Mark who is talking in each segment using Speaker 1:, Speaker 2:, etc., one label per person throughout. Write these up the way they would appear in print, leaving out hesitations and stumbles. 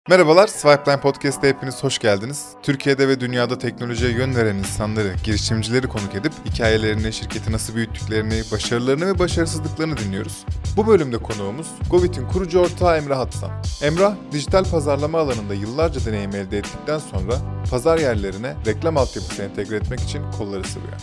Speaker 1: Merhabalar, Swipeline Podcast'a hepiniz hoş geldiniz. Türkiye'de ve dünyada teknolojiye yön veren insanları, girişimcileri konuk edip hikayelerini, şirketi nasıl büyüttüklerini, başarılarını ve başarısızlıklarını dinliyoruz. Bu bölümde konuğumuz Govit'in kurucu ortağı Emrah Atsan. Emrah, dijital pazarlama alanında yıllarca deneyim elde ettikten sonra pazar yerlerine reklam altyapısı entegre etmek için kolları sıvıyor.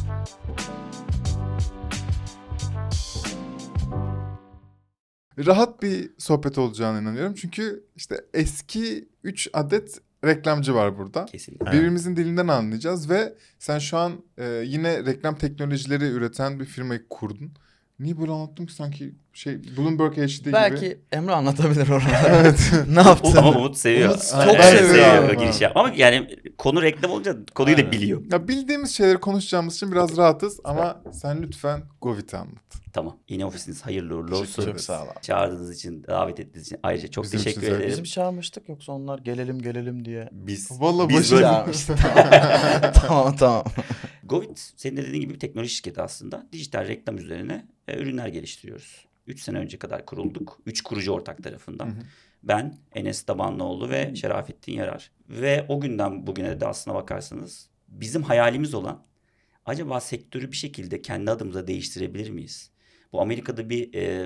Speaker 1: Rahat bir sohbet olacağına inanıyorum. Çünkü işte eski 3 adet reklamcı var burada.
Speaker 2: Kesinlikle.
Speaker 1: Birbirimizin dilinden anlayacağız ve sen şu an yine reklam teknolojileri üreten bir firmayı kurdun. Niye böyle anlattım ki sanki Bloomberg HD gibi.
Speaker 3: Belki Emre anlatabilir oraları.
Speaker 1: Evet.
Speaker 3: Ne yaptın?
Speaker 2: Ama Umut seviyor.
Speaker 3: Umut
Speaker 1: çok
Speaker 2: seviyor
Speaker 1: abi.
Speaker 2: o girişi yapmayı. Ama yani konu reklam olunca konuyu da biliyor.
Speaker 1: Ya bildiğimiz şeyleri konuşacağımız için biraz rahatız ama sen lütfen Govit'i anlat.
Speaker 2: Tamam. Yine ofisiniz hayırlı uğurlu olsun.
Speaker 1: Çok sağ ol abi.
Speaker 2: Çağırdığınız için, davet ettiğiniz için ayrıca çok
Speaker 1: Bizim için
Speaker 2: teşekkür
Speaker 1: zevk.
Speaker 2: ederim.
Speaker 3: Biz mi çağırmıştık yoksa onlar gelelim diye.
Speaker 1: Vallahi
Speaker 2: biz
Speaker 1: başım
Speaker 2: böyle-
Speaker 3: Çağırmıştık. tamam.
Speaker 2: Govit senin de dediğin gibi bir teknoloji şirketi aslında. Dijital reklam üzerine ürünler geliştiriyoruz. 3 sene önce kadar kurulduk. 3 kurucu ortak tarafından.
Speaker 1: Hı hı.
Speaker 2: Ben, Enes Tabanlıoğlu ve Şerafettin Yarar. Ve o günden bugüne de aslına bakarsanız bizim hayalimiz olan acaba sektörü bir şekilde kendi adımıza değiştirebilir miyiz? Bu Amerika'da bir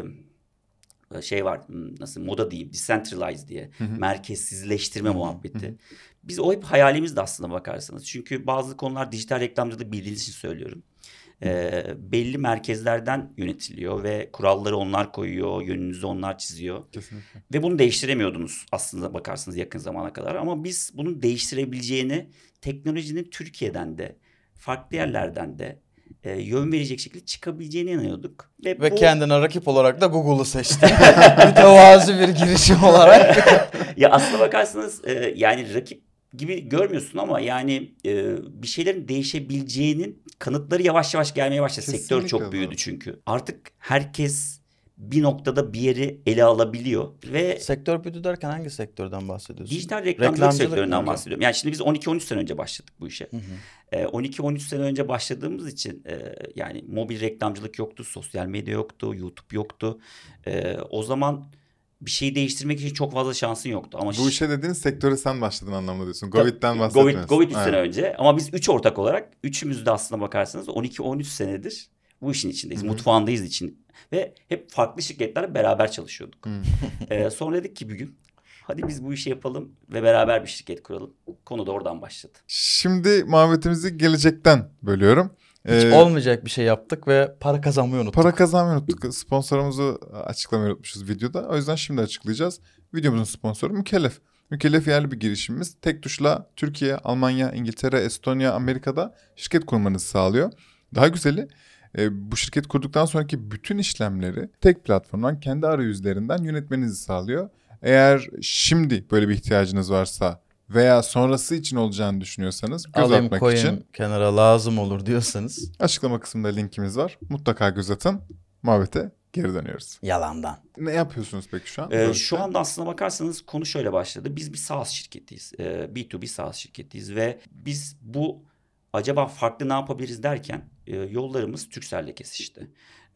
Speaker 2: şey var, nasıl moda diyeyim, decentralize diye, merkezsizleştirme muhabbeti. Biz o hep hayalimizdi aslına bakarsanız. Çünkü bazı konular dijital reklamcılığı bildiğiniz için söylüyorum. Belli merkezlerden yönetiliyor ve kuralları onlar koyuyor, yönünüzü onlar çiziyor.
Speaker 1: Kesinlikle.
Speaker 2: Ve bunu değiştiremiyordunuz aslında bakarsanız yakın zamana kadar. Ama biz bunun değiştirebileceğini, teknolojinin Türkiye'den de, farklı yerlerden de yön verecek şekilde çıkabileceğine inanıyorduk.
Speaker 3: Ve kendine rakip olarak da Google'u seçti. Mütevazi bir girişim olarak.
Speaker 2: Ya aslına bakarsanız yani rakip gibi görmüyorsun ama yani bir şeylerin değişebileceğinin kanıtları yavaş yavaş gelmeye başladı.
Speaker 1: Kesinlikle
Speaker 2: Sektör çok
Speaker 1: doğru.
Speaker 2: büyüdü çünkü. Artık herkes bir noktada bir yeri ele alabiliyor ve
Speaker 3: Sektör büyüdü derken hangi sektörden bahsediyorsun?
Speaker 2: dijital reklamcılık
Speaker 3: Reklamcılık
Speaker 2: sektöründen
Speaker 3: mı?
Speaker 2: bahsediyorum. Yani şimdi biz 12-13 sene önce başladık bu işe.
Speaker 3: Hı hı.
Speaker 2: 12-13 sene önce başladığımız için yani mobil reklamcılık yoktu, sosyal medya yoktu, YouTube yoktu. O zaman bir şeyi değiştirmek için çok fazla şansın yoktu. Ama
Speaker 1: Bu işe dediğin sektöre sen başladın anlamında diyorsun. Govit'ten bahsetmiyorsun.
Speaker 2: Govit 3
Speaker 1: Aynen.
Speaker 2: sene önce ama biz 3 ortak olarak üçümüz de aslına bakarsanız 12-13 senedir bu işin içindeyiz.
Speaker 1: Hı hı.
Speaker 2: Mutfağındayız için ve hep farklı şirketlerle beraber çalışıyorduk. Sonra dedik ki bir gün hadi biz bu işi yapalım ve beraber bir şirket kuralım. Konu da oradan başladı.
Speaker 1: Şimdi muhabbetimizi gelecekten bölüyorum.
Speaker 3: Hiç olmayacak bir şey yaptık ve para kazanmayı unuttuk.
Speaker 1: Para kazanmayı unuttuk. Sponsorumuzu açıklamayı unutmuşuz videoda. O yüzden şimdi açıklayacağız. Videomuzun sponsoru Mükellef. Mükellef yerli bir girişimimiz. Tek tuşla Türkiye, Almanya, İngiltere, Estonya, Amerika'da şirket kurmanızı sağlıyor. Daha güzeli bu şirket kurduktan sonraki bütün işlemleri tek platformdan kendi arayüzlerinden yönetmenizi sağlıyor. Eğer şimdi böyle bir ihtiyacınız varsa veya sonrası için olacağını düşünüyorsanız göz
Speaker 3: Alayım
Speaker 1: atmak
Speaker 3: koyayım
Speaker 1: için
Speaker 3: kenara lazım olur diyorsanız.
Speaker 1: açıklama kısmında linkimiz var. Mutlaka göz atın. Muhabbete geri dönüyoruz.
Speaker 3: Yalandan.
Speaker 1: Ne yapıyorsunuz peki şu an?
Speaker 2: Şu anda aslına bakarsanız konu şöyle başladı. Biz bir SaaS şirketiyiz. B2B SaaS şirketiyiz ve biz bu acaba farklı ne yapabiliriz derken yollarımız Turkcell'le kesişti.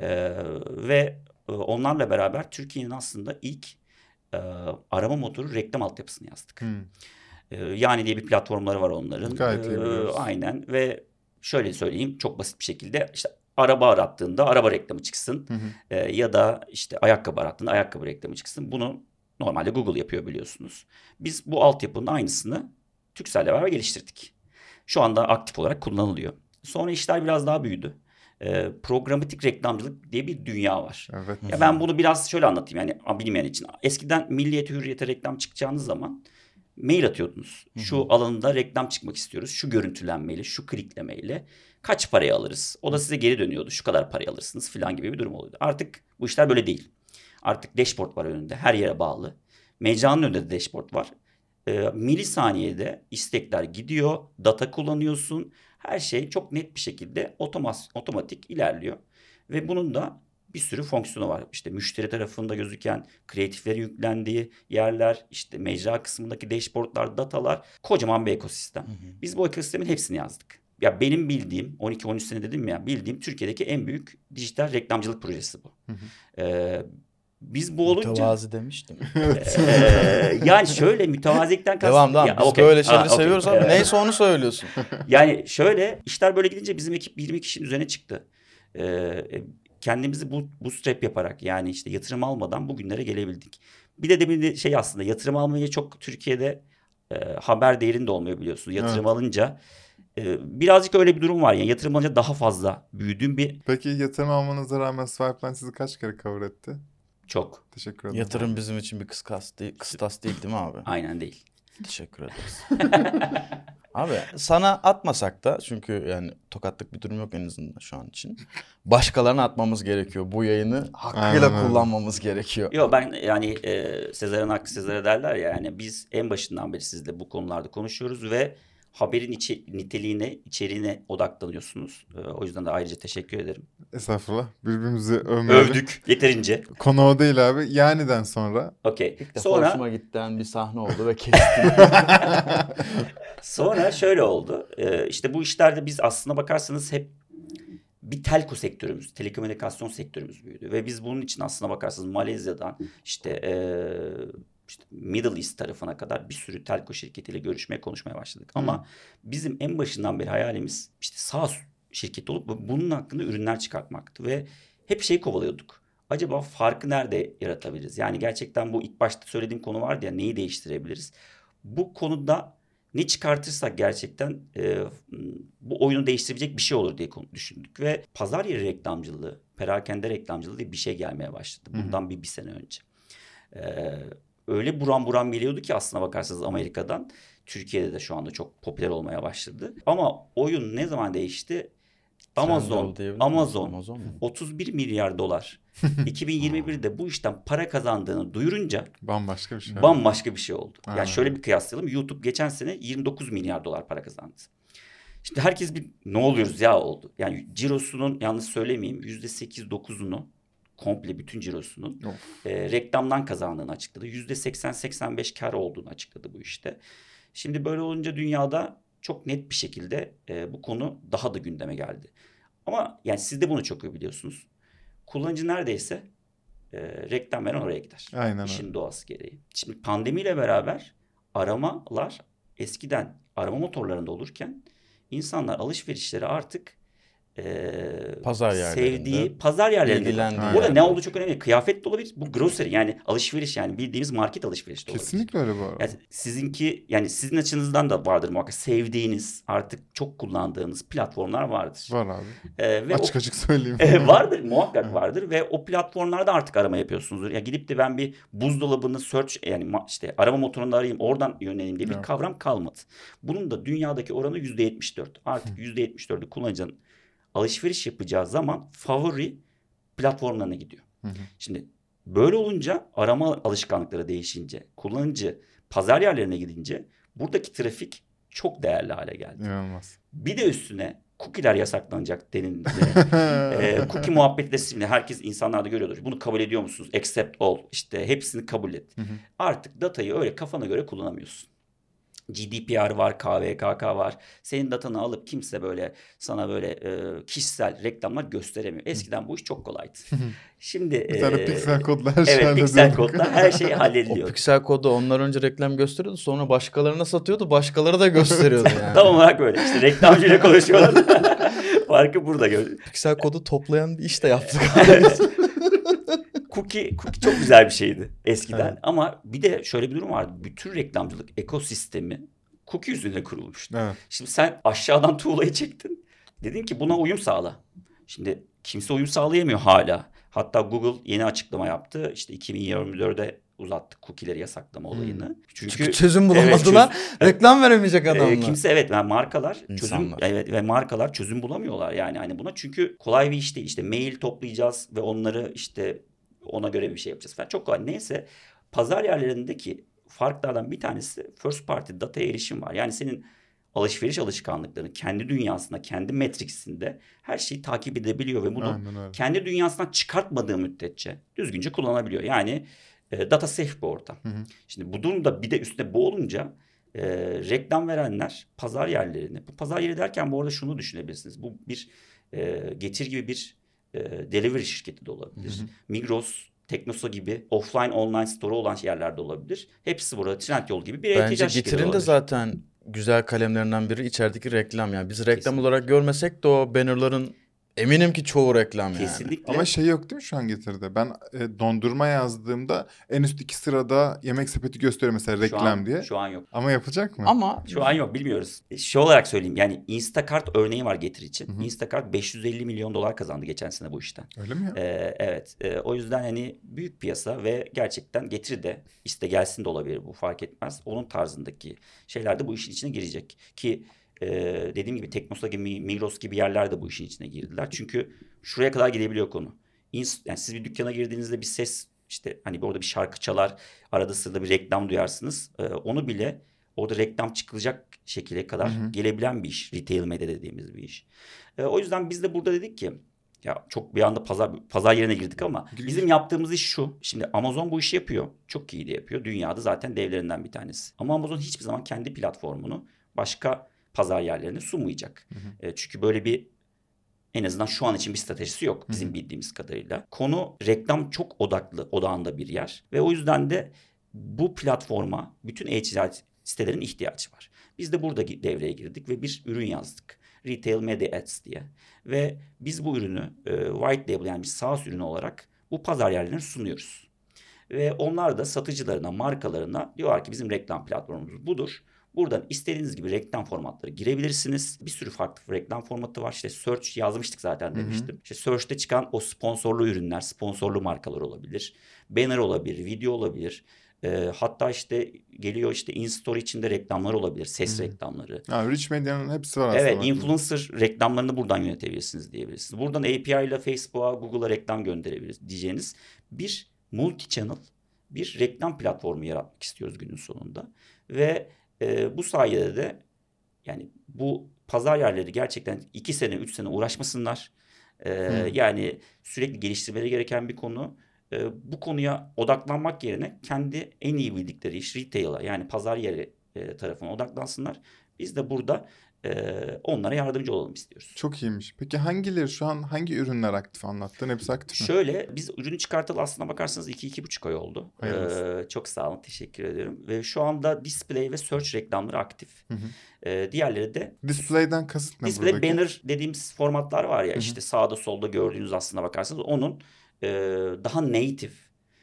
Speaker 2: Ve onlarla beraber Türkiye'nin aslında ilk arama motoru reklam altyapısını yazdık. Yani diye bir platformları var onların.
Speaker 1: Gayet iyi biliyoruz.
Speaker 2: Aynen ve şöyle söyleyeyim çok basit bir şekilde işte araba arattığında araba reklamı çıksın. Ya da işte ayakkabı arattığında ayakkabı reklamı çıksın. Bunu normalde Google yapıyor biliyorsunuz. Biz bu altyapının aynısını Turkcell'le beraber geliştirdik. Şu anda aktif olarak kullanılıyor. Sonra işler biraz daha büyüdü. Programatik reklamcılık diye bir dünya var.
Speaker 1: Evet.
Speaker 2: Ya ben bunu biraz şöyle anlatayım yani bilmeyen için. Eskiden Milliyet'e, Hürriyet'e reklam çıkacağınız zaman mail atıyordunuz. Şu alanında reklam çıkmak istiyoruz. Şu görüntülenmeyle, şu kliklemeyle kaç paraya alırız? O da size geri dönüyordu. Şu kadar paraya alırsınız falan gibi bir durum oluyordu. Artık bu işler böyle değil. Artık dashboard var önünde. Her yere bağlı. Mecranın önünde de dashboard var. Milisaniyede istekler gidiyor. Data kullanıyorsun. Her şey çok net bir şekilde otomatik ilerliyor. Ve bunun da bir sürü fonksiyonu var. İşte müşteri tarafında gözüken kreatiflerin yüklendiği yerler, işte mecra kısmındaki dashboardlar, datalar, kocaman bir ekosistem. Biz bu ekosistemin hepsini yazdık. Ya benim bildiğim 12-13 sene dedim ya bildiğim Türkiye'deki en büyük dijital reklamcılık projesi bu. Biz bu olunca
Speaker 3: Mütevazi demiştim.
Speaker 2: yani şöyle mütevazilikten kastım.
Speaker 3: Devam. Biz
Speaker 2: Okay.
Speaker 3: böyle şeyleri
Speaker 2: Okay.
Speaker 3: seviyoruz abi. Neyse onu söylüyorsun.
Speaker 2: Yani şöyle işler böyle gidince bizim ekip 20 kişinin üzerine çıktı. Kendimizi bootstrap yaparak yani işte yatırım almadan bugünlere gelebildik. Bir de demin de şey aslında yatırım almaya çok Türkiye'de haber değerinde olmuyor biliyorsunuz. Yatırım alınca birazcık öyle bir durum var. Yani yatırım alınca daha fazla büyüdüğüm bir
Speaker 1: Peki yatırım almanıza rağmen Swipeline sizi kaç kere cover etti?
Speaker 2: çok.
Speaker 1: Teşekkür ederim.
Speaker 3: Yatırım bizim için bir kıstas değil mi abi?
Speaker 2: Aynen değil.
Speaker 3: Teşekkür ederiz. Abi sana atmasak da çünkü yani tokatlık bir durum yok en azından şu an için. Başkalarına atmamız gerekiyor. Bu yayını hakkıyla
Speaker 1: Aynen öyle.
Speaker 3: kullanmamız gerekiyor.
Speaker 2: Yok ben yani Sezar'ın hakkı Sezar'a derler ya. Yani biz en başından beri sizle bu konularda konuşuyoruz ve haberin niteliğine, içeriğine odaklanıyorsunuz. O yüzden de ayrıca teşekkür ederim.
Speaker 1: Estağfurullah. Birbirimizi övmeyelim.
Speaker 2: Övdük yeterince.
Speaker 1: Konu o değil abi. Yani'den sonra.
Speaker 2: Okey.
Speaker 3: İlk defa
Speaker 2: Sonra
Speaker 3: hoşuma giden bir sahne oldu ve kestim.
Speaker 2: Sonra şöyle oldu. İşte bu işlerde biz aslına bakarsanız hep bir telco sektörümüz, telekomünikasyon sektörümüz büyüdü. Ve biz bunun için aslına bakarsanız Malezya'dan işte Middle East tarafına kadar bir sürü telco şirketiyle görüşmeye, konuşmaya başladık. Ama bizim en başından beri hayalimiz işte SaaS şirketi olup bunun hakkında ürünler çıkartmaktı. Ve hep şey kovalıyorduk. Acaba farkı nerede yaratabiliriz? Yani gerçekten bu ilk başta söylediğim konu vardı ya, neyi değiştirebiliriz? Bu konuda ne çıkartırsak gerçekten bu oyunu değiştirebilecek bir şey olur diye düşündük. Ve pazar yeri reklamcılığı, perakende reklamcılığı diye bir şey gelmeye başladı. Bundan bir sene önce. Öyle buram buram geliyordu ki aslına bakarsanız Amerika'dan. Türkiye'de de şu anda çok popüler olmaya başladı. Ama oyun ne zaman değişti? Amazon
Speaker 3: mu?
Speaker 2: 31 milyar dolar 2021'de bu işten para kazandığını duyurunca
Speaker 1: Bambaşka bir şey.
Speaker 2: bambaşka bir şey oldu.
Speaker 1: Aynen.
Speaker 2: Yani şöyle bir kıyaslayalım. YouTube geçen sene 29 milyar dolar para kazandı. Şimdi herkes bir ne oluyoruz ya oldu. Yani cirosunun yanlış söylemeyeyim %8-9'unu komple bütün cirosunun reklamdan kazandığını açıkladı. %80-85 kar olduğunu açıkladı bu işte. Şimdi böyle olunca dünyada çok net bir şekilde bu konu daha da gündeme geldi. Ama yani siz de bunu çok iyi biliyorsunuz. Kullanıcı neredeyse reklam veren oraya gider.
Speaker 1: Aynen
Speaker 2: İşin
Speaker 1: öyle.
Speaker 2: doğası gereği. Şimdi pandemiyle beraber aramalar eskiden arama motorlarında olurken insanlar alışverişleri artık
Speaker 3: Pazar yerlerinde,
Speaker 2: sevdiği pazar yerlerinde.
Speaker 3: ilgilendiği
Speaker 2: Burada
Speaker 3: yerler.
Speaker 2: ne olduğu çok önemli. Kıyafet de olabilir. Bu grocery yani alışveriş yani bildiğimiz market alışverişi de olabilir.
Speaker 1: Kesinlikle öyle bu arada.
Speaker 2: Yani sizinki yani sizin açınızdan da vardır muhakkak. Sevdiğiniz artık çok kullandığınız platformlar vardır.
Speaker 1: Var abi.
Speaker 2: Ve
Speaker 1: Açık açık söyleyeyim.
Speaker 2: vardır muhakkak vardır ve o platformlarda artık arama yapıyorsunuzdur. Ya gidip de ben bir buzdolabını search yani işte arama motorunda arayayım oradan yöneleyim diye bir
Speaker 1: Evet.
Speaker 2: kavram kalmadı. Bunun da dünyadaki oranı %74. Artık %74'ü kullanıcının alışveriş yapacağı zaman favori platformlarına gidiyor. Şimdi böyle olunca arama alışkanlıkları değişince, kullanıcı pazar yerlerine gidince buradaki trafik çok değerli hale geldi.
Speaker 1: İnanılmaz.
Speaker 2: Bir de üstüne cookie'ler yasaklanacak denildi. Cookie muhabbeti de şimdi herkes insanlarda görüyordur. Bunu kabul ediyor musunuz? Accept all. İşte hepsini kabul et. Artık datayı öyle kafana göre kullanamıyorsun. GDPR var, KVKK var. Senin datanı alıp kimse böyle sana böyle kişisel reklamlar gösteremiyor. Eskiden bu iş çok kolaydı. Şimdi
Speaker 1: Bir tane piksel kodla her şey
Speaker 2: evet piksel
Speaker 1: hallediyorduk.
Speaker 2: kodla her şey
Speaker 3: O
Speaker 2: hallediliyor.
Speaker 3: piksel kodu onlar önce reklam gösteriyordu sonra başkalarına satıyordu başkaları da gösteriyordu yani.
Speaker 2: Tam olarak böyle işte reklamcıyla konuşuyorlar. Farkı burada gör.
Speaker 3: Piksel kodu toplayan bir iş de yaptık.
Speaker 2: Cookie çok güzel bir şeydi eskiden.
Speaker 3: Evet.
Speaker 2: Ama bir de şöyle bir durum vardı. Bütün reklamcılık ekosistemi cookie üzerine kurulmuştu.
Speaker 1: Evet.
Speaker 2: Şimdi sen aşağıdan tuğlayı çektin. Dedin ki buna uyum sağla. Şimdi kimse uyum sağlayamıyor hala. Hatta Google yeni açıklama yaptı. İşte 2024'de uzattı cookie'leri yasaklama olayını.
Speaker 3: Çünkü çözüm bulamadılar. Reklam veremeyecek adamlar.
Speaker 2: Kimse evet yani markalar çözüm
Speaker 3: İnsanlar.
Speaker 2: evet ve markalar çözüm bulamıyorlar yani hani buna çünkü kolay bir iş değil. İşte mail toplayacağız ve onları işte ona göre bir şey yapacağız falan. Çok kolay. Neyse pazar yerlerindeki farklardan bir tanesi first party dataya erişim var. Yani senin alışveriş alışkanlıklarını kendi dünyasında, kendi metriksinde her şeyi takip edebiliyor ve bunu
Speaker 1: Aynen öyle.
Speaker 2: kendi dünyasından çıkartmadığı müddetçe düzgünce kullanabiliyor. Yani data safe bir ortam. Şimdi bu durumda bir de üstüne bu olunca reklam verenler pazar yerlerini, bu pazar yeri derken bu arada şunu düşünebilirsiniz. Bu bir Getir gibi bir delivery şirketi de olabilir. Migros, Teknosa gibi offline online store olan yerlerde olabilir. Hepsi burada Trendyol gibi bir
Speaker 3: Bence
Speaker 2: e-ticaret şirketi
Speaker 3: Getir'in de
Speaker 2: olabilir.
Speaker 3: zaten güzel kalemlerinden biri içerideki reklam yani. Biz reklam
Speaker 2: Kesinlikle.
Speaker 3: olarak görmesek de o bannerların eminim ki çoğu reklam yani.
Speaker 2: Kesinlikle.
Speaker 1: Ama şey yok değil mi şu an Getir'de? Ben dondurma yazdığımda en üst 2 sırada yemek sepeti gösteriyor mesela reklam diye.
Speaker 2: Şu an yok.
Speaker 1: Ama yapacak mı?
Speaker 3: Ama
Speaker 2: Şu an yok, bilmiyoruz. Şu olarak söyleyeyim, yani Instacart örneği var Getir için.
Speaker 1: Hı hı.
Speaker 2: Instacart 550 milyon dolar kazandı geçen sene bu işten.
Speaker 1: Öyle mi ya?
Speaker 2: Evet. O yüzden hani büyük piyasa ve gerçekten Getir de iste gelsin de olabilir, bu fark etmez. Onun tarzındaki şeyler de bu işin içine girecek. Ki dediğim gibi Teknosa gibi, Migros gibi yerler de bu işin içine girdiler. Çünkü şuraya kadar gidebiliyor konu. Yani siz bir dükkana girdiğinizde bir ses, işte hani orada bir şarkı çalar, arada sırada bir reklam duyarsınız. Onu bile orada reklam çıkılacak şekilde kadar
Speaker 1: Hı hı.
Speaker 2: gelebilen bir iş. Retail medya dediğimiz bir iş. O yüzden biz de burada dedik ki ya çok bir anda pazar yerine girdik ama bizim yaptığımız iş şu. Şimdi Amazon bu işi yapıyor. Çok iyi de yapıyor. Dünyada zaten devlerinden bir tanesi. Ama Amazon hiçbir zaman kendi platformunu başka pazar yerlerine sunmayacak.
Speaker 1: Hı hı.
Speaker 2: Çünkü böyle bir, en azından şu an için bir stratejisi yok bizim bildiğimiz kadarıyla. Konu reklam çok odağında bir yer. Ve o yüzden de bu platforma bütün e-ticaret sitelerin ihtiyacı var. Biz de burada devreye girdik ve bir ürün yazdık. Retail Media Ads diye. Ve biz bu ürünü white label, yani bir SaaS ürünü olarak bu pazar yerlerine sunuyoruz. Ve onlar da satıcılarına, markalarına diyorlar ki bizim reklam platformumuz budur. Buradan istediğiniz gibi reklam formatları girebilirsiniz. Bir sürü farklı reklam formatı var. İşte search yazmıştık zaten demiştim. İşte search'te çıkan o sponsorlu ürünler, sponsorlu markalar olabilir. Banner olabilir, video olabilir. Hatta işte geliyor işte in-store içinde reklamlar olabilir. Ses reklamları.
Speaker 1: Ha, Rich Media'nın hepsi var aslında.
Speaker 2: Evet,
Speaker 1: baktığında.
Speaker 2: influencer reklamlarını buradan yönetebilirsiniz diyebilirsiniz. Buradan API ile Facebook'a, Google'a reklam gönderebiliriz diyeceğiniz bir multi-channel, bir reklam platformu yaratmak istiyoruz günün sonunda. Ve bu sayede de yani bu pazar yerleri gerçekten 2 sene 3 sene uğraşmasınlar. Yani sürekli geliştirmeleri gereken bir konu. Bu konuya odaklanmak yerine kendi en iyi bildikleri iş retail'a, yani pazar yeri tarafına odaklansınlar. Biz de burada onlara yardımcı olalım istiyoruz.
Speaker 1: Çok iyiymiş. Peki şu an hangi ürünler aktif, anlattın? Hepsi aktif mi?
Speaker 2: Şöyle, biz ürünü çıkartalı aslına bakarsanız 2-2,5 ay oldu.
Speaker 1: Hayırlısı.
Speaker 2: Çok sağ olun, teşekkür ediyorum. Ve şu anda display ve search reklamları aktif.
Speaker 1: Hı hı.
Speaker 2: Diğerleri de
Speaker 1: Display'den kasıt ne
Speaker 2: display,
Speaker 1: buradaki?
Speaker 2: banner dediğimiz formatlar var ya,
Speaker 1: Hı hı.
Speaker 2: işte sağda solda gördüğünüz, aslına bakarsanız onun daha native,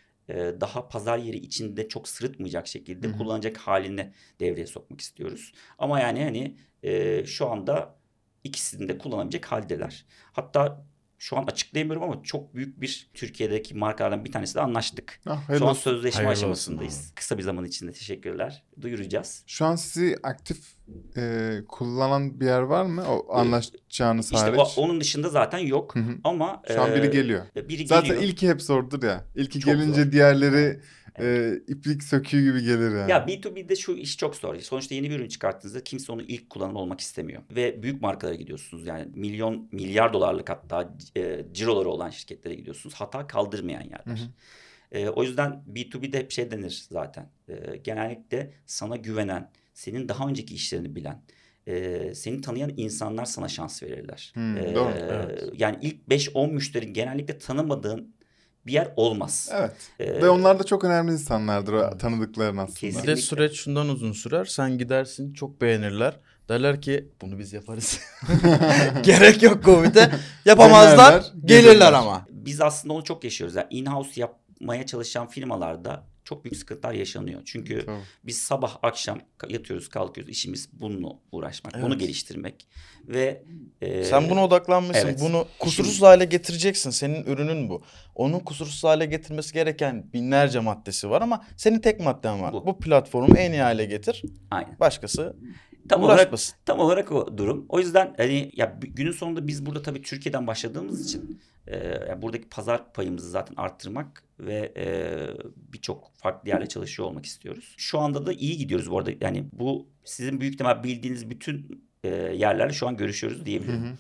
Speaker 2: daha pazar yeri içinde çok sırıtmayacak şekilde
Speaker 1: Hı hı.
Speaker 2: kullanacak haline devreye sokmak istiyoruz. Ama yani hani şu anda ikisini de kullanabilecek haldeler. Hatta şu an açıklayamıyorum ama çok büyük bir Türkiye'deki markalardan bir tanesiyle anlaştık.
Speaker 1: Ah,
Speaker 2: Şu
Speaker 1: hayırlı
Speaker 2: an
Speaker 1: olsun.
Speaker 2: sözleşme
Speaker 3: Hayırlı
Speaker 2: aşamasındayız.
Speaker 3: olsun
Speaker 2: Kısa bir zaman içinde, teşekkürler, duyuracağız.
Speaker 1: Şu an sizi aktif kullanan bir yer var mı? O anlaşacağınız
Speaker 2: İşte
Speaker 1: hariç.
Speaker 2: onun dışında zaten yok.
Speaker 1: Hı hı.
Speaker 2: Ama
Speaker 1: Şu an biri geliyor.
Speaker 2: Biri
Speaker 1: Zaten
Speaker 2: geliyor.
Speaker 1: ilki hep zordur ya. İlki
Speaker 2: Çok
Speaker 1: gelince
Speaker 2: zor.
Speaker 1: diğerleri iplik söküğü gibi gelir yani.
Speaker 2: Ya B2B'de şu iş çok zor. Sonuçta yeni bir ürün çıkarttığınızda kimse onu ilk kullanım olmak istemiyor. Ve büyük markalara gidiyorsunuz. Yani milyar dolarlık hatta ciroları olan şirketlere gidiyorsunuz. Hata kaldırmayan yerler.
Speaker 1: Hı hı.
Speaker 2: O yüzden B2B'de hep şey denir zaten. Genellikle sana güvenen, senin daha önceki işlerini bilen, seni tanıyan insanlar sana şans verirler.
Speaker 1: Doğru.
Speaker 3: Evet.
Speaker 2: Yani ilk 5-10 müşteri genellikle tanımadığın bir yer olmaz.
Speaker 1: Evet.
Speaker 2: Ee,
Speaker 1: Ve onlar da çok önemli insanlardır o tanıdıkların aslında.
Speaker 2: Kesin.
Speaker 3: bir de süreç şundan uzun sürer. Sen gidersin, çok beğenirler. Derler ki bunu biz yaparız. Gerek yok Covid'e. Yapamazlar.
Speaker 1: Denerler,
Speaker 3: Gelirler
Speaker 1: gelirler.
Speaker 3: ama.
Speaker 2: Biz aslında onu çok yaşıyoruz. Yani in-house yapmaya çalışan firmalarda çok büyük sıkıntılar yaşanıyor. Çünkü
Speaker 1: Tamam.
Speaker 2: biz sabah akşam yatıyoruz kalkıyoruz. İşimiz bununla uğraşmak,
Speaker 3: Evet.
Speaker 2: bunu geliştirmek. Ve
Speaker 3: Sen buna odaklanmışsın.
Speaker 2: evet.
Speaker 3: Bunu kusursuz hale getireceksin. Senin ürünün bu. Onun kusursuz hale getirmesi gereken binlerce maddesi var ama senin tek madden var.
Speaker 2: Bu.
Speaker 3: Bu platformu en iyi hale getir.
Speaker 2: aynen.
Speaker 3: Başkası
Speaker 2: Tam olarak,
Speaker 3: uğraşmasın.
Speaker 2: tam olarak o durum. O yüzden hani ya günün sonunda biz burada tabii Türkiye'den başladığımız için yani buradaki pazar payımızı zaten arttırmak ve birçok farklı yerle çalışıyor olmak istiyoruz. Şu anda da iyi gidiyoruz bu arada. Yani bu sizin büyük ihtimal bildiğiniz bütün yerlerle şu an görüşüyoruz diyebilirim.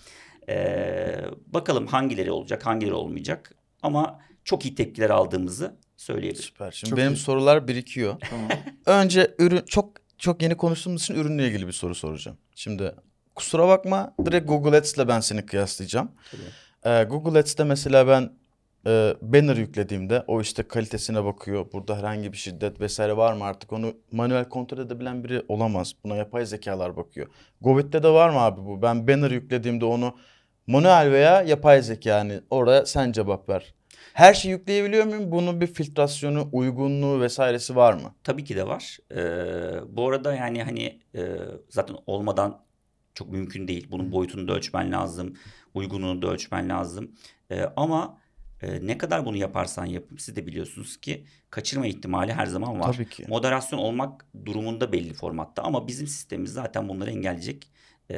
Speaker 2: Bakalım hangileri olacak, hangileri olmayacak. Ama çok iyi tepkiler aldığımızı söyleyebilirim.
Speaker 3: Süper. Şimdi
Speaker 1: Çok
Speaker 3: benim
Speaker 1: iyi.
Speaker 3: sorular birikiyor.
Speaker 1: Tamam.
Speaker 3: Önce ürün çok yeni konuştuğumuz için ürünle ilgili bir soru soracağım. Şimdi kusura bakma, direkt Google Ads'le ben seni kıyaslayacağım. Google Ads'te mesela ben banner yüklediğimde o işte kalitesine bakıyor. Burada herhangi bir şiddet vesaire var mı, artık onu manuel kontrol edebilen biri olamaz. Buna yapay zekalar bakıyor. Govid'de de var mı abi bu? Ben banner yüklediğimde onu manuel veya yapay zeka, yani oraya sen cevap ver. Her şeyi yükleyebiliyor muyum? Bunun bir filtrasyonu, uygunluğu vesairesi var mı?
Speaker 2: Tabii ki de var. Bu arada yani hani zaten olmadan çok mümkün değil. Bunun boyutunu da ölçmen lazım. Uygunluğunu da ölçmen lazım. Ama ne kadar bunu yaparsan yapın, siz de biliyorsunuz ki kaçırma ihtimali her zaman var.
Speaker 3: Tabii ki.
Speaker 2: Moderasyon olmak durumunda belli formatta ama bizim sistemimiz zaten bunları engelleyecek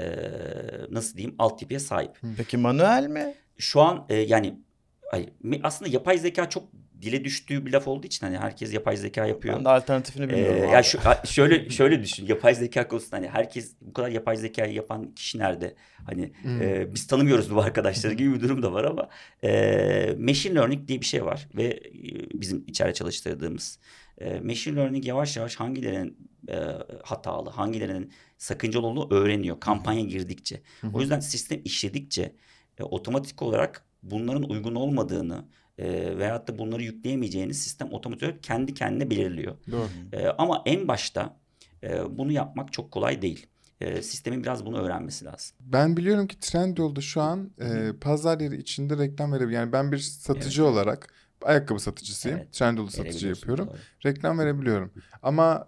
Speaker 2: nasıl diyeyim altyapıya sahip.
Speaker 3: Peki manuel mi?
Speaker 2: Şu an yani aslında yapay zeka çok dile düştüğü bir laf olduğu için hani herkes yapay zeka yapıyor.
Speaker 3: Ben de alternatifini bilmiyorum.
Speaker 2: Ya şöyle düşün, yapay zeka konusunda hani herkes bu kadar yapay zekayı yapan kişi nerede? Hani biz tanımıyoruz bu arkadaşları gibi bir durum da var ama machine learning diye bir şey var ve bizim içeride çalıştırdığımız machine learning yavaş yavaş hangilerinin hatalı, hangilerinin sakıncalı olduğunu öğreniyor kampanya girdikçe. O yüzden sistem işledikçe otomatik olarak bunların uygun olmadığını veyahut da bunları yükleyemeyeceğini sistem otomatik olarak kendi kendine belirliyor.
Speaker 1: Doğru.
Speaker 2: Ama en başta bunu yapmak çok kolay değil. Sistemin biraz bunu öğrenmesi lazım.
Speaker 1: Ben biliyorum ki Trendyol'da şu an pazar yeri içinde reklam verebiliyor. Yani ben bir satıcı olarak ayakkabı satıcısıyım.
Speaker 2: Evet.
Speaker 1: Trendyol'da satıcı
Speaker 2: Verebiliyorsun,
Speaker 1: yapıyorum.
Speaker 2: doğru.
Speaker 1: Reklam verebiliyorum. Ama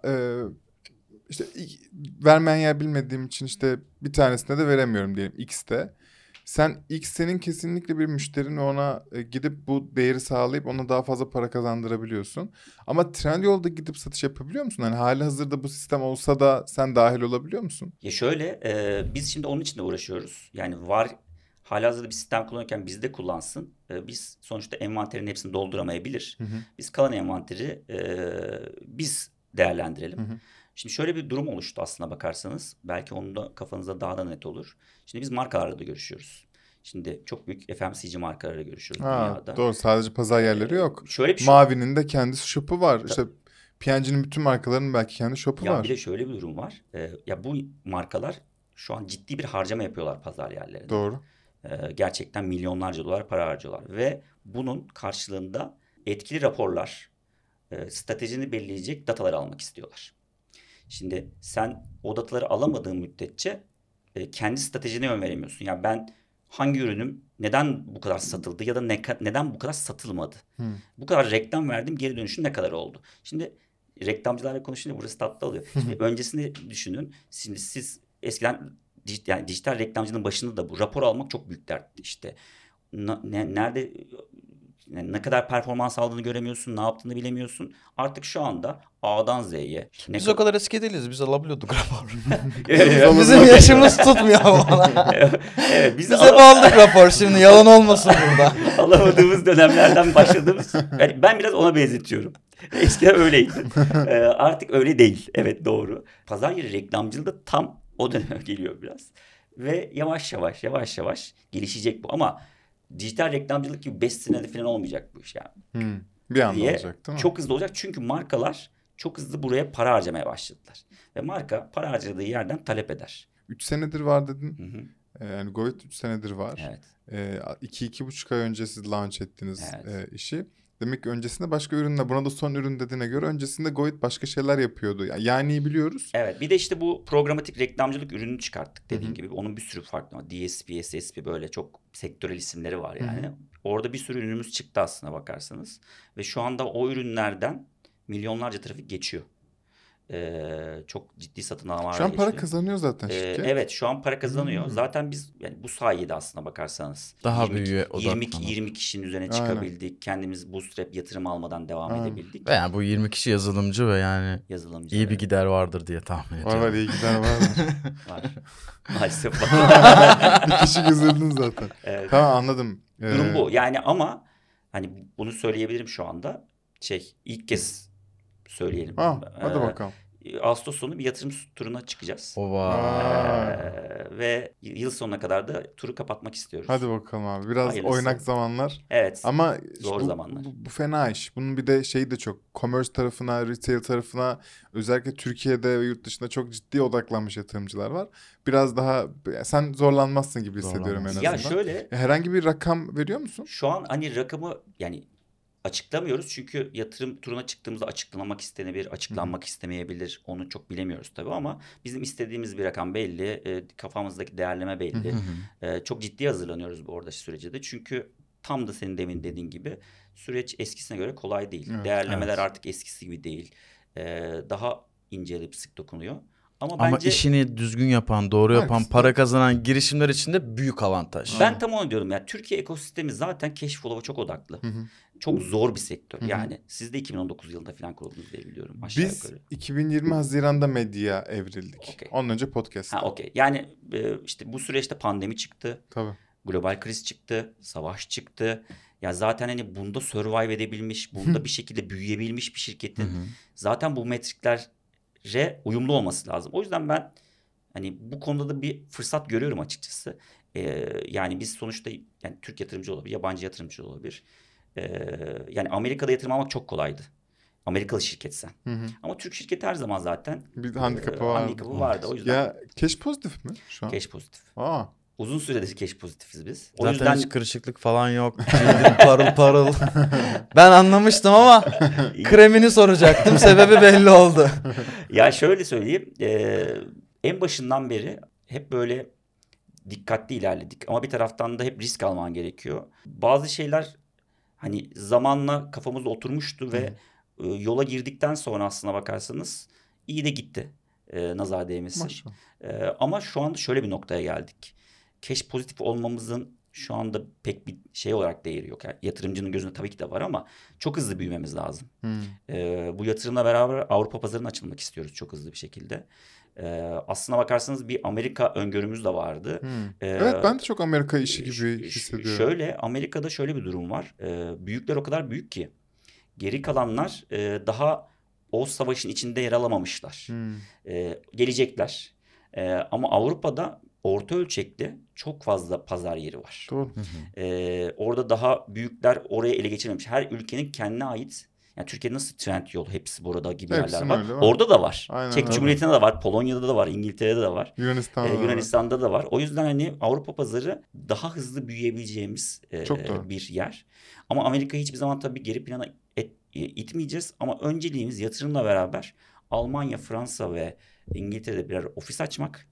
Speaker 1: işte vermeyen yer bilmediğim için işte bir tanesine de veremiyorum diyelim X'te. X'nin kesinlikle bir müşterin, ona gidip bu değeri sağlayıp ona daha fazla para kazandırabiliyorsun. Ama Trendyol'da gidip satış yapabiliyor musun? Hani hali hazırda bu sistem olsa da sen dahil olabiliyor musun?
Speaker 2: Ya şöyle biz şimdi onun için de uğraşıyoruz. Yani var halihazırda bir sistem kullanırken bizde kullansın. Biz sonuçta envanterin hepsini dolduramayabilir. Biz kalan envanteri biz değerlendirelim. Şimdi şöyle bir durum oluştu aslına bakarsanız. Belki onun da kafanızda daha da net olur. Şimdi biz markalarla da görüşüyoruz. Şimdi çok büyük FMCG markalarla görüşüyoruz dünyada.
Speaker 1: Doğru, sadece pazar yerleri yok.
Speaker 2: Şöyle bir şey.
Speaker 1: Mavi'nin de kendi shop'u var. İşte P&G'nin bütün markalarının belki kendi shop'u
Speaker 2: Ya
Speaker 1: var.
Speaker 2: bir de şöyle bir durum var. Ya bu markalar şu an ciddi bir harcama yapıyorlar pazar yerlerinde.
Speaker 1: Doğru.
Speaker 2: Gerçekten milyonlarca dolar para harcıyorlar. Ve bunun karşılığında etkili raporlar, stratejini belirleyecek dataları almak istiyorlar. Şimdi sen o dataları alamadığın müddetçe kendi stratejine yön veremiyorsun. Yani ben hangi ürünüm neden bu kadar satıldı ya da neden bu kadar satılmadı? Bu kadar reklam verdim, geri dönüşü ne kadar oldu? Şimdi reklamcılarla konuşunca burası tatlı oluyor. Şimdi öncesini düşünün. Şimdi siz eskiden yani dijital reklamcının başında da bu rapor almak çok büyük dertti işte. Nerede yani ne kadar performans aldığını göremiyorsun, ne yaptığını bilemiyorsun. Artık şu anda A'dan Z'ye.
Speaker 3: Biz o kadar eski değiliz. Biz alabiliyorduk rapor.
Speaker 1: Bizim
Speaker 3: yaşımız tutmuyor ama.
Speaker 2: Evet,
Speaker 3: Biz hep aldık rapor. Şimdi yalan olmasın burada.
Speaker 2: Alamadığımız dönemlerden başladığımız. Yani ben biraz ona benzetiyorum. Eskiden öyleydi. Artık öyle değil. Evet, doğru. Pazar yeri reklamcılığı da tam o döneme geliyor biraz. Ve yavaş yavaş gelişecek bu. Ama dijital reklamcılık gibi 5 senede falan olmayacak bu iş yani.
Speaker 1: Bir anda olacak değil mi?
Speaker 2: Çok hızlı olacak çünkü markalar çok hızlı buraya para harcamaya başladılar. Ve marka para harcadığı yerden talep eder.
Speaker 1: 3 senedir var dedin.
Speaker 2: Hı hı.
Speaker 1: Yani Govid 3 senedir var.
Speaker 2: Evet.
Speaker 1: 2-2,5 ay önce siz launch ettiniz
Speaker 2: Evet.
Speaker 1: işi. Demek ki öncesinde başka ürünler, buna da son ürün dediğine göre öncesinde Govid başka şeyler yapıyordu. Yani biliyoruz.
Speaker 2: Evet, bir de işte bu programatik reklamcılık ürününü çıkarttık dediğim gibi. Onun bir sürü farklı var. DSP, SSP böyle çok sektörel isimleri var yani. Orada bir sürü ürünümüz çıktı aslına bakarsanız. Ve şu anda o ürünlerden milyonlarca trafik geçiyor. Çok ciddi satın almalar
Speaker 1: Şu an para
Speaker 2: geçiyor.
Speaker 1: kazanıyor zaten şirket.
Speaker 2: Evet, şu an para kazanıyor. Zaten biz yani bu sayede aslına bakarsanız
Speaker 3: Daha
Speaker 2: 20
Speaker 3: büyüğe odaklanalım.
Speaker 2: 20 kişinin üzerine
Speaker 1: Aynen.
Speaker 2: çıkabildik. Kendimiz bootstrap yatırım almadan devam
Speaker 1: Aynen.
Speaker 2: edebildik.
Speaker 3: Ve yani bu 20 kişi yazılımcı ve yani
Speaker 2: Yazılımcı.
Speaker 3: iyi bir gider vardır diye tahmin ediyorum.
Speaker 1: Var iyi gider var.
Speaker 2: var. Maalesef var.
Speaker 1: Bir kişi üzüldün zaten.
Speaker 2: Evet.
Speaker 1: Tamam, anladım.
Speaker 2: Durum bu. Yani ama hani bunu söyleyebilirim şu anda. İlk kez söyleyelim.
Speaker 1: Hadi bakalım.
Speaker 2: Ağustos sonu bir yatırım turuna çıkacağız.
Speaker 3: Ova.
Speaker 2: Ve yıl sonuna kadar da turu kapatmak istiyoruz.
Speaker 1: Hadi bakalım abi. Biraz
Speaker 2: Hayırlısı.
Speaker 1: oynak zamanlar.
Speaker 2: Evet.
Speaker 1: Ama
Speaker 2: Zor
Speaker 1: bu,
Speaker 2: zamanlar.
Speaker 1: bu fena iş. Bunun bir de şeyi de çok. Commerce tarafına, retail tarafına, özellikle Türkiye'de ve yurt dışında çok ciddi odaklanmış yatırımcılar var. Biraz daha sen zorlanmazsın gibi hissediyorum en azından.
Speaker 2: Ya şöyle.
Speaker 1: Herhangi bir rakam veriyor musun?
Speaker 2: Şu an hani rakamı yani açıklamıyoruz çünkü yatırım turuna çıktığımızda açıklamak istenebilir, açıklanmak istemeyebilir. Onu çok bilemiyoruz tabii ama bizim istediğimiz bir rakam belli, kafamızdaki değerleme belli. Çok ciddi hazırlanıyoruz bu oradaki sürece de. Çünkü tam da senin demin dediğin gibi süreç eskisine göre kolay değil.
Speaker 1: Evet,
Speaker 2: değerlemeler artık eskisi gibi değil. Daha inceleyip sık dokunuyor. Ama
Speaker 3: Ama
Speaker 2: bence
Speaker 3: işini düzgün yapan, doğru yapan,
Speaker 1: Herkes-
Speaker 3: para kazanan girişimler için de büyük avantaj.
Speaker 2: ben tam onu diyorum ya. Türkiye ekosistemi zaten cash flow'a çok odaklı. Çok zor bir sektör. Yani siz de 2019 yılında falan kuruldunuz diye biliyorum aşağı
Speaker 1: Biz
Speaker 2: yukarı.
Speaker 1: 2020 Haziran'da medyaya evrildik.
Speaker 2: Okey.
Speaker 1: Ondan önce podcast.
Speaker 2: Ha okey. Yani işte bu süreçte pandemi çıktı.
Speaker 1: Tabii.
Speaker 2: Global kriz çıktı. Savaş çıktı. Ya zaten hani bunda survive edebilmiş, bunda bir şekilde büyüyebilmiş bir şirketin zaten bu metriklere uyumlu olması lazım. O yüzden ben hani bu konuda da bir fırsat görüyorum açıkçası. Yani biz sonuçta yani Türk yatırımcı olabilir, yabancı yatırımcı olabilir. Yani Amerika'da yatırım almak çok kolaydı. Amerikalı şirketsen. Ama Türk şirketi her zaman zaten
Speaker 1: Bir handikapı vardı.
Speaker 2: handikapı vardı. O yüzden
Speaker 1: Ya cash pozitif mi şu an?
Speaker 2: cash pozitif.
Speaker 1: Aa.
Speaker 2: Uzun süredir cash pozitifiz biz. O
Speaker 3: Zaten
Speaker 2: yüzden
Speaker 3: hiç kırışıklık falan yok. Cildin parıl parıl. Ben anlamıştım ama kremini soracaktım. Sebebi belli oldu.
Speaker 2: ya şöyle söyleyeyim. En başından beri hep böyle dikkatli ilerledik. Ama bir taraftan da hep risk alman gerekiyor. Bazı şeyler hani zamanla kafamızda oturmuştu ve yola girdikten sonra aslına bakarsanız iyi de gitti. Nazar değmesin.
Speaker 1: Maşallah.
Speaker 2: Ama şu anda şöyle bir noktaya geldik. Cash pozitif olmamızın şu anda pek bir şey olarak değeri yok. Yani yatırımcının gözünde tabii ki de var ama çok hızlı büyümemiz lazım. Bu yatırımla beraber Avrupa pazarına açılmak istiyoruz çok hızlı bir şekilde. Aslına bakarsanız bir Amerika öngörümüz de vardı.
Speaker 1: Evet, ben de çok Amerika işi gibi hissediyorum.
Speaker 2: Şöyle Amerika'da şöyle bir durum var. Büyükler o kadar büyük ki geri kalanlar daha o savaşın içinde yer alamamışlar. Gelecekler. Ama Avrupa'da orta ölçekli çok fazla pazar yeri var.
Speaker 1: Doğru.
Speaker 2: Orada daha büyükler oraya ele geçirmemiş. Her ülkenin kendine ait. Yani Türkiye'de nasıl Trendyol hepsi burada gibi
Speaker 1: Hepsinin
Speaker 2: yerler var.
Speaker 1: öyle var.
Speaker 2: Orada da var.
Speaker 1: Aynen
Speaker 2: Çek
Speaker 1: öyle.
Speaker 2: Cumhuriyeti'nde de var. Polonya'da da var. İngiltere'de de var.
Speaker 1: Yunanistan'da da var.
Speaker 2: Yunanistan'da da var. O yüzden hani Avrupa pazarı daha hızlı büyüyebileceğimiz
Speaker 1: Çok doğru.
Speaker 2: bir yer. Ama Amerika'yı hiçbir zaman tabii geri plana itmeyeceğiz. Ama önceliğimiz yatırımla beraber Almanya, Fransa ve İngiltere'de birer ofis açmak.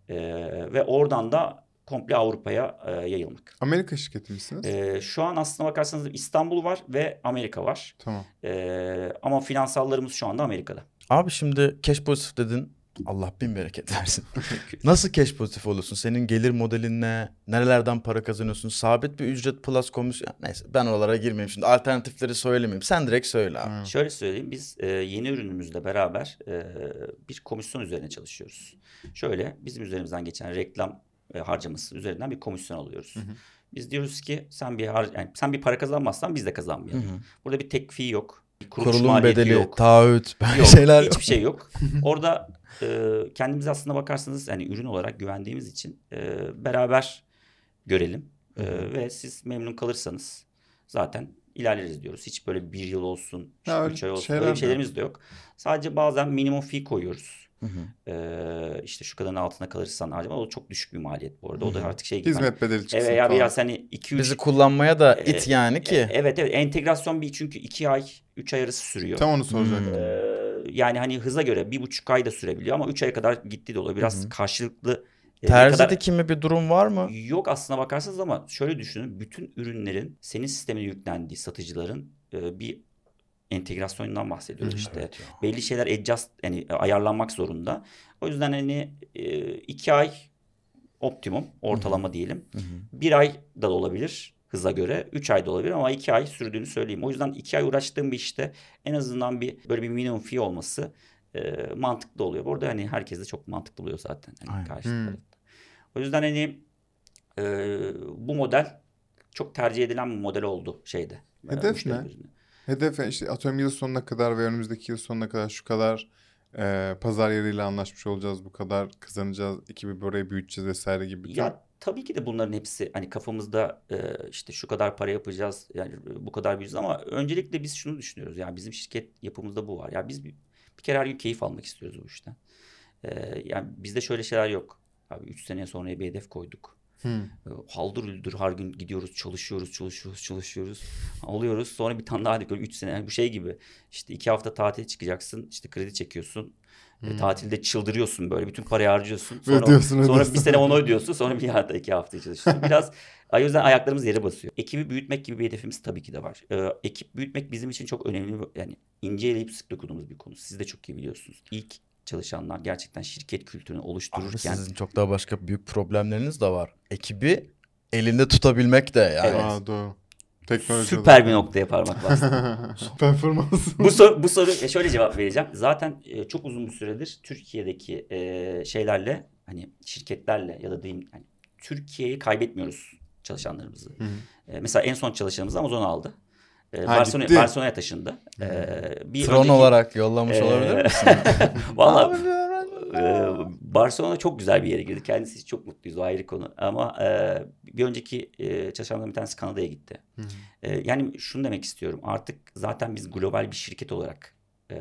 Speaker 2: Ve oradan da komple Avrupa'ya yayılmak.
Speaker 1: Amerika şirketi misiniz?
Speaker 2: Şu an aslına bakarsanız İstanbul var ve Amerika var.
Speaker 1: Tamam.
Speaker 2: Ama finansallarımız şu anda Amerika'da.
Speaker 3: Abi şimdi cash pozitif dedin. Allah bin bereket versin. Nasıl cash pozitif olursun? Senin gelir modelin ne? Nerelerden para kazanıyorsun? Sabit bir ücret plus komisyon. Neyse ben oralara girmeyeyim şimdi. Alternatifleri söylemeyeyim. Sen direkt söyle abi.
Speaker 2: Şöyle söyleyeyim, biz yeni ürünümüzle beraber bir komisyon üzerine çalışıyoruz. Şöyle bizim üzerimizden geçen reklam harcaması üzerinden bir komisyon alıyoruz. Biz diyoruz ki sen bir para kazanmazsan biz de kazanmayalım. Burada bir tek fee yok. Bir kuruluş
Speaker 3: Kurulum
Speaker 2: maliyeti
Speaker 3: bedeli,
Speaker 2: yok.
Speaker 3: taahhüt,
Speaker 2: Yok,
Speaker 3: şeyler yok.
Speaker 2: hiçbir şey yok. Orada kendimize aslında bakarsanız yani ürün olarak güvendiğimiz için beraber görelim. Ve siz memnun kalırsanız zaten ilerleriz diyoruz. Hiç böyle bir yıl olsun,
Speaker 1: Ya
Speaker 2: 3 ay olsun
Speaker 1: şeyler
Speaker 2: öyle bir
Speaker 1: de-
Speaker 2: şeylerimiz de yok. Sadece bazen minimum fee koyuyoruz. İşte şu kadarın altına kalırsan harcama. O çok düşük bir maliyet bu arada. O da artık şey gibi.
Speaker 1: Hizmet bedeli çıksın
Speaker 2: Evet ya
Speaker 1: falan.
Speaker 2: biraz hani 2-3
Speaker 3: Bizi kullanmaya da it yani ki.
Speaker 2: Evet entegrasyon çünkü 2 ay 3 ay arası sürüyor.
Speaker 1: Tam onu soracaktım.
Speaker 2: Yani hani hıza göre 1,5 ay da sürebiliyor ama 3 aya kadar gitti de oluyor. Biraz karşılıklı. Ne
Speaker 3: Terzide
Speaker 2: kadar-
Speaker 3: kimi bir durum var mı?
Speaker 2: Yok aslına bakarsanız ama şöyle düşünün. Bütün ürünlerin senin sistemine yüklendiği satıcıların bir entegrasyonundan bahsediyoruz işte.
Speaker 3: Evet ya.
Speaker 2: Belli şeyler yani ayarlanmak zorunda. O yüzden hani 2 ay optimum ortalama diyelim. 1 ay da olabilir hıza göre. 3 ay da olabilir ama 2 ay sürdüğünü söyleyeyim. O yüzden 2 ay uğraştığım bir işte en azından böyle bir minimum fee olması mantıklı oluyor. Bu arada hani herkes de çok mantıklı oluyor zaten. Hani
Speaker 3: Aynen.
Speaker 2: karşı tarafta. O yüzden hani bu model çok tercih edilen bir model oldu şeyde.
Speaker 1: Hedef
Speaker 2: müşteri
Speaker 1: ne?
Speaker 2: gözünde.
Speaker 1: Hedef işte atıyorum yıl sonuna kadar ve önümüzdeki yıl sonuna kadar şu kadar pazar yeriyle anlaşmış olacağız, bu kadar kazanacağız, ekibi buraya büyüteceğiz vesaire gibi.
Speaker 2: Ya tabii ki de bunların hepsi hani kafamızda işte şu kadar para yapacağız, yani bu kadar büyüyeceğiz, ama öncelikle biz şunu düşünüyoruz. Yani bizim şirket yapımızda bu var. Ya biz bir kere her gün keyif almak istiyoruz bu işten. Yani bizde şöyle şeyler yok. Abi 3 sene sonraya bir hedef koyduk. Haldır üldür her gün gidiyoruz, çalışıyoruz. Oluyoruz. Sonra bir tane daha diyor 3 sene. Yani bu şey gibi. İşte 2 hafta tatile çıkacaksın. İşte kredi çekiyorsun. Tatilde çıldırıyorsun böyle. Bütün parayı harcıyorsun. Sonra bir sene onu ödüyorsun. Sonra bir hafta 2 hafta çalışıyorsun. Biraz o yüzden ayaklarımız yere basıyor. Ekibi büyütmek gibi bir hedefimiz tabii ki de var. Ekip büyütmek bizim için çok önemli. Yani ince eleyip sık dokuduğumuz bir konu. Siz de çok iyi biliyorsunuz. İlk çalışanlar gerçekten şirket kültürünü oluştururken...
Speaker 3: Abi sizin çok daha başka büyük problemleriniz de var. Ekibi elinde tutabilmek de yani.
Speaker 2: Evet.
Speaker 1: Doğru. Teknoloji
Speaker 2: Süper bir noktaya parmak bastın.
Speaker 1: Performans.
Speaker 2: Bu soru şöyle cevap vereceğim. Zaten çok uzun bir süredir Türkiye'deki şeylerle, hani şirketlerle ya da diyeyim, hani Türkiye'yi kaybetmiyoruz çalışanlarımızı. Mesela en son çalışanımız Amazon aldı. Barcelona'ya taşındı.
Speaker 3: Tron olarak yollamış olabilir misin?
Speaker 2: Vallahi Barcelona çok güzel bir yere girdi. Kendisi çok mutluyuz, o ayrı konu. Ama bir önceki çalışanlardan bir tanesi Kanada'ya gitti. Yani şunu demek istiyorum. Artık zaten biz global bir şirket olarak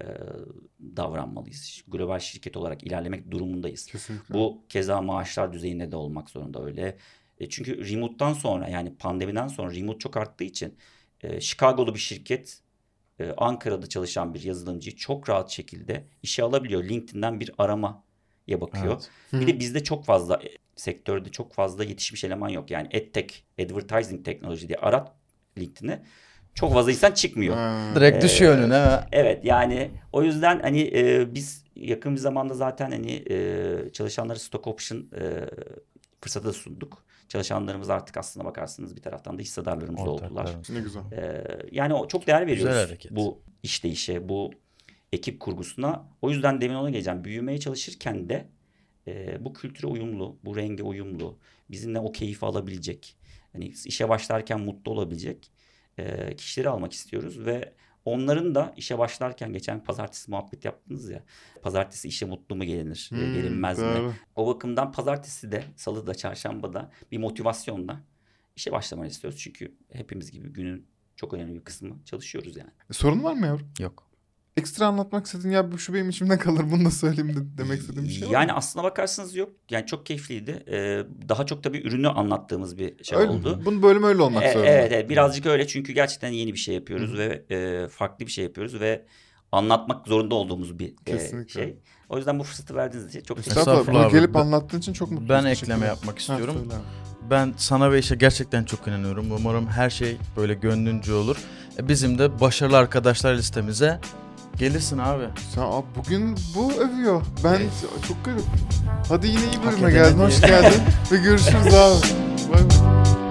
Speaker 2: davranmalıyız. Global şirket olarak ilerlemek durumundayız.
Speaker 1: Kesinlikle.
Speaker 2: Bu keza maaşlar düzeyinde de olmak zorunda öyle. Çünkü remote'dan sonra, yani pandemiden sonra remote çok arttığı için Chicago'lu bir şirket Ankara'da çalışan bir yazılımcıyı çok rahat şekilde işe alabiliyor. LinkedIn'den bir aramaya bakıyor.
Speaker 3: Evet.
Speaker 2: Bir de bizde çok fazla sektörde çok fazla yetişmiş eleman yok. Yani EdTech, Advertising Technology diye arat LinkedIn'e. Çok fazla insan çıkmıyor.
Speaker 3: Direkt düşüyor önüne.
Speaker 2: Evet, yani o yüzden hani biz yakın bir zamanda zaten hani çalışanlara stock option fırsatı da sunduk. Çalışanlarımız artık aslına bakarsınız bir taraftan da hissedarlarımız oldular.
Speaker 1: Ne güzel.
Speaker 2: Yani çok değer veriyoruz
Speaker 3: hareket.
Speaker 2: bu işleyişe, bu ekip kurgusuna. O yüzden demin ona geleceğim. Büyümeye çalışırken de bu kültüre uyumlu, bu renge uyumlu, bizimle o keyfi alabilecek, hani işe başlarken mutlu olabilecek kişileri almak istiyoruz ve onların da işe başlarken, geçen pazartesi muhabbet yaptınız ya, pazartesi işe mutlu mu gelinir, gelinmez mi? O bakımdan pazartesi de, salı da, çarşamba da bir motivasyonla işe başlamayı istiyoruz. Çünkü hepimiz gibi günün çok önemli bir kısmı çalışıyoruz yani.
Speaker 1: Sorun var mı yavrum?
Speaker 3: Yok.
Speaker 1: Ekstra anlatmak istediğin, ya bu şu benim içimde kalır, bunu da söyleyeyim demek istediğim bir şey var mı?
Speaker 2: Yani aslına bakarsanız yok. Yani çok keyifliydi. Daha çok tabii ürünü anlattığımız bir şey
Speaker 1: Öyle
Speaker 2: oldu.
Speaker 1: Mi? Bunun bölümü öyle olmak zorunda.
Speaker 2: Evet, birazcık öyle, çünkü gerçekten yeni bir şey yapıyoruz ve farklı bir şey yapıyoruz ve anlatmak zorunda olduğumuz bir şey. O yüzden bu fırsatı verdiğiniz için çok teşekkür ederim.
Speaker 1: Estağfurullah. Bunu gelip anlattığın için çok mutluyum.
Speaker 3: Ben ekleme yapmak istiyorum. Ben sana ve işe gerçekten çok inanıyorum. Umarım her şey böyle gönlünce olur. Bizim de başarılı arkadaşlar listemize gelirsin abi.
Speaker 1: Sen abi bugün bu övüyor. Ben çok garip. Hadi yine iyi
Speaker 3: Hak
Speaker 1: bölüme
Speaker 3: edene
Speaker 1: geldin. Hoş geldin. Ve görüşürüz abi. Bay bay.